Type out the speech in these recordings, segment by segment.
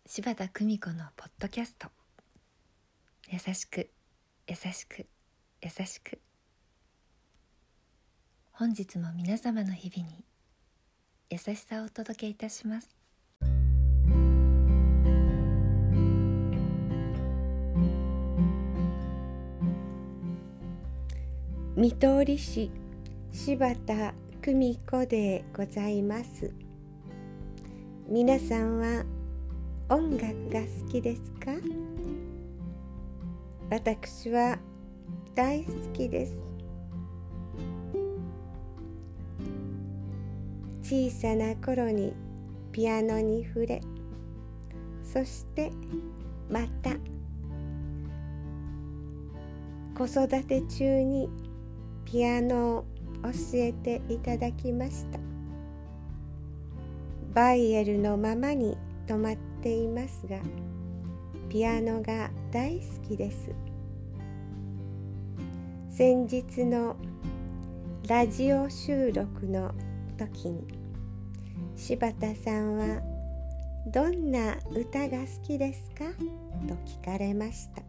柴田久美子のポッドキャスト。優しく優しく優しく。本日も皆様の日々に優しさをお届けいたします。 見通り師柴田久美子でございます。皆さんは音楽が好きですか？私は大好きです。小さな頃にピアノに触れ、そしてまた子育て中にピアノを教えていただきました。バイエルのままに止まっていますが、ピアノが大好きです。先日のラジオ収録の時に、柴田さんはどんな歌が好きですかと聞かれました。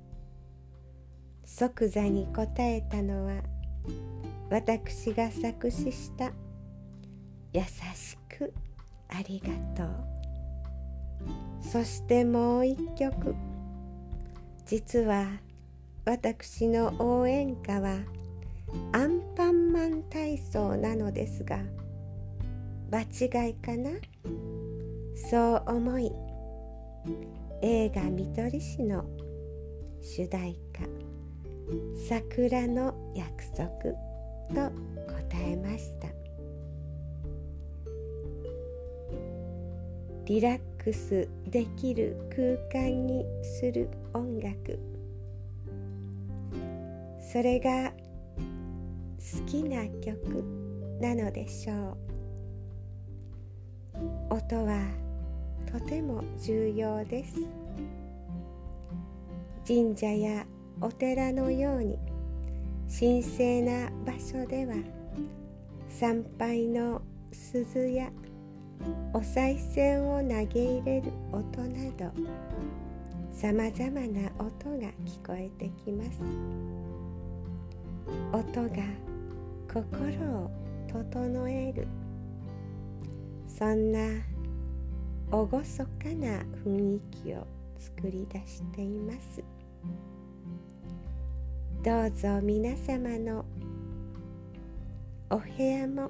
即座に答えたのは、私が作詞した優しくありがとう。そしてもう一曲、実は私の応援歌はアンパンマン体操なのですが、場違いかな、そう思い、映画見取り師の主題歌桜の約束と答えました。リラックスできる空間にする音楽、それが好きな曲なのでしょう。音はとても重要です。神社やお寺のように神聖な場所では、参拝の鈴やお賽銭を投げ入れる音など、さまざまな音が聞こえてきます。音が心を整える、そんな厳かな雰囲気を作り出しています。どうぞ皆様のお部屋も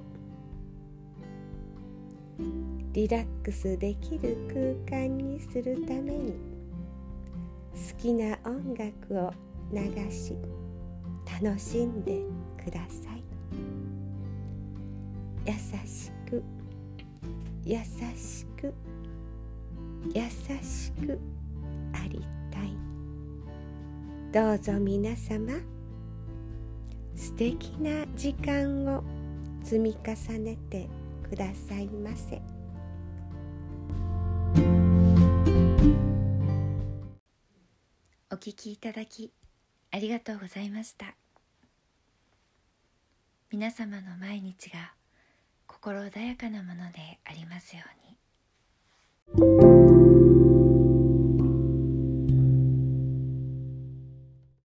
リラックスできる空間にするために、好きな音楽を流し楽しんでください。優しく優しく優しくありたい。どうぞ皆様、素敵な時間を積み重ねてくださいませ。 お聞きいただきありがとうございました。皆様の毎日が心穏やかなものでありますように。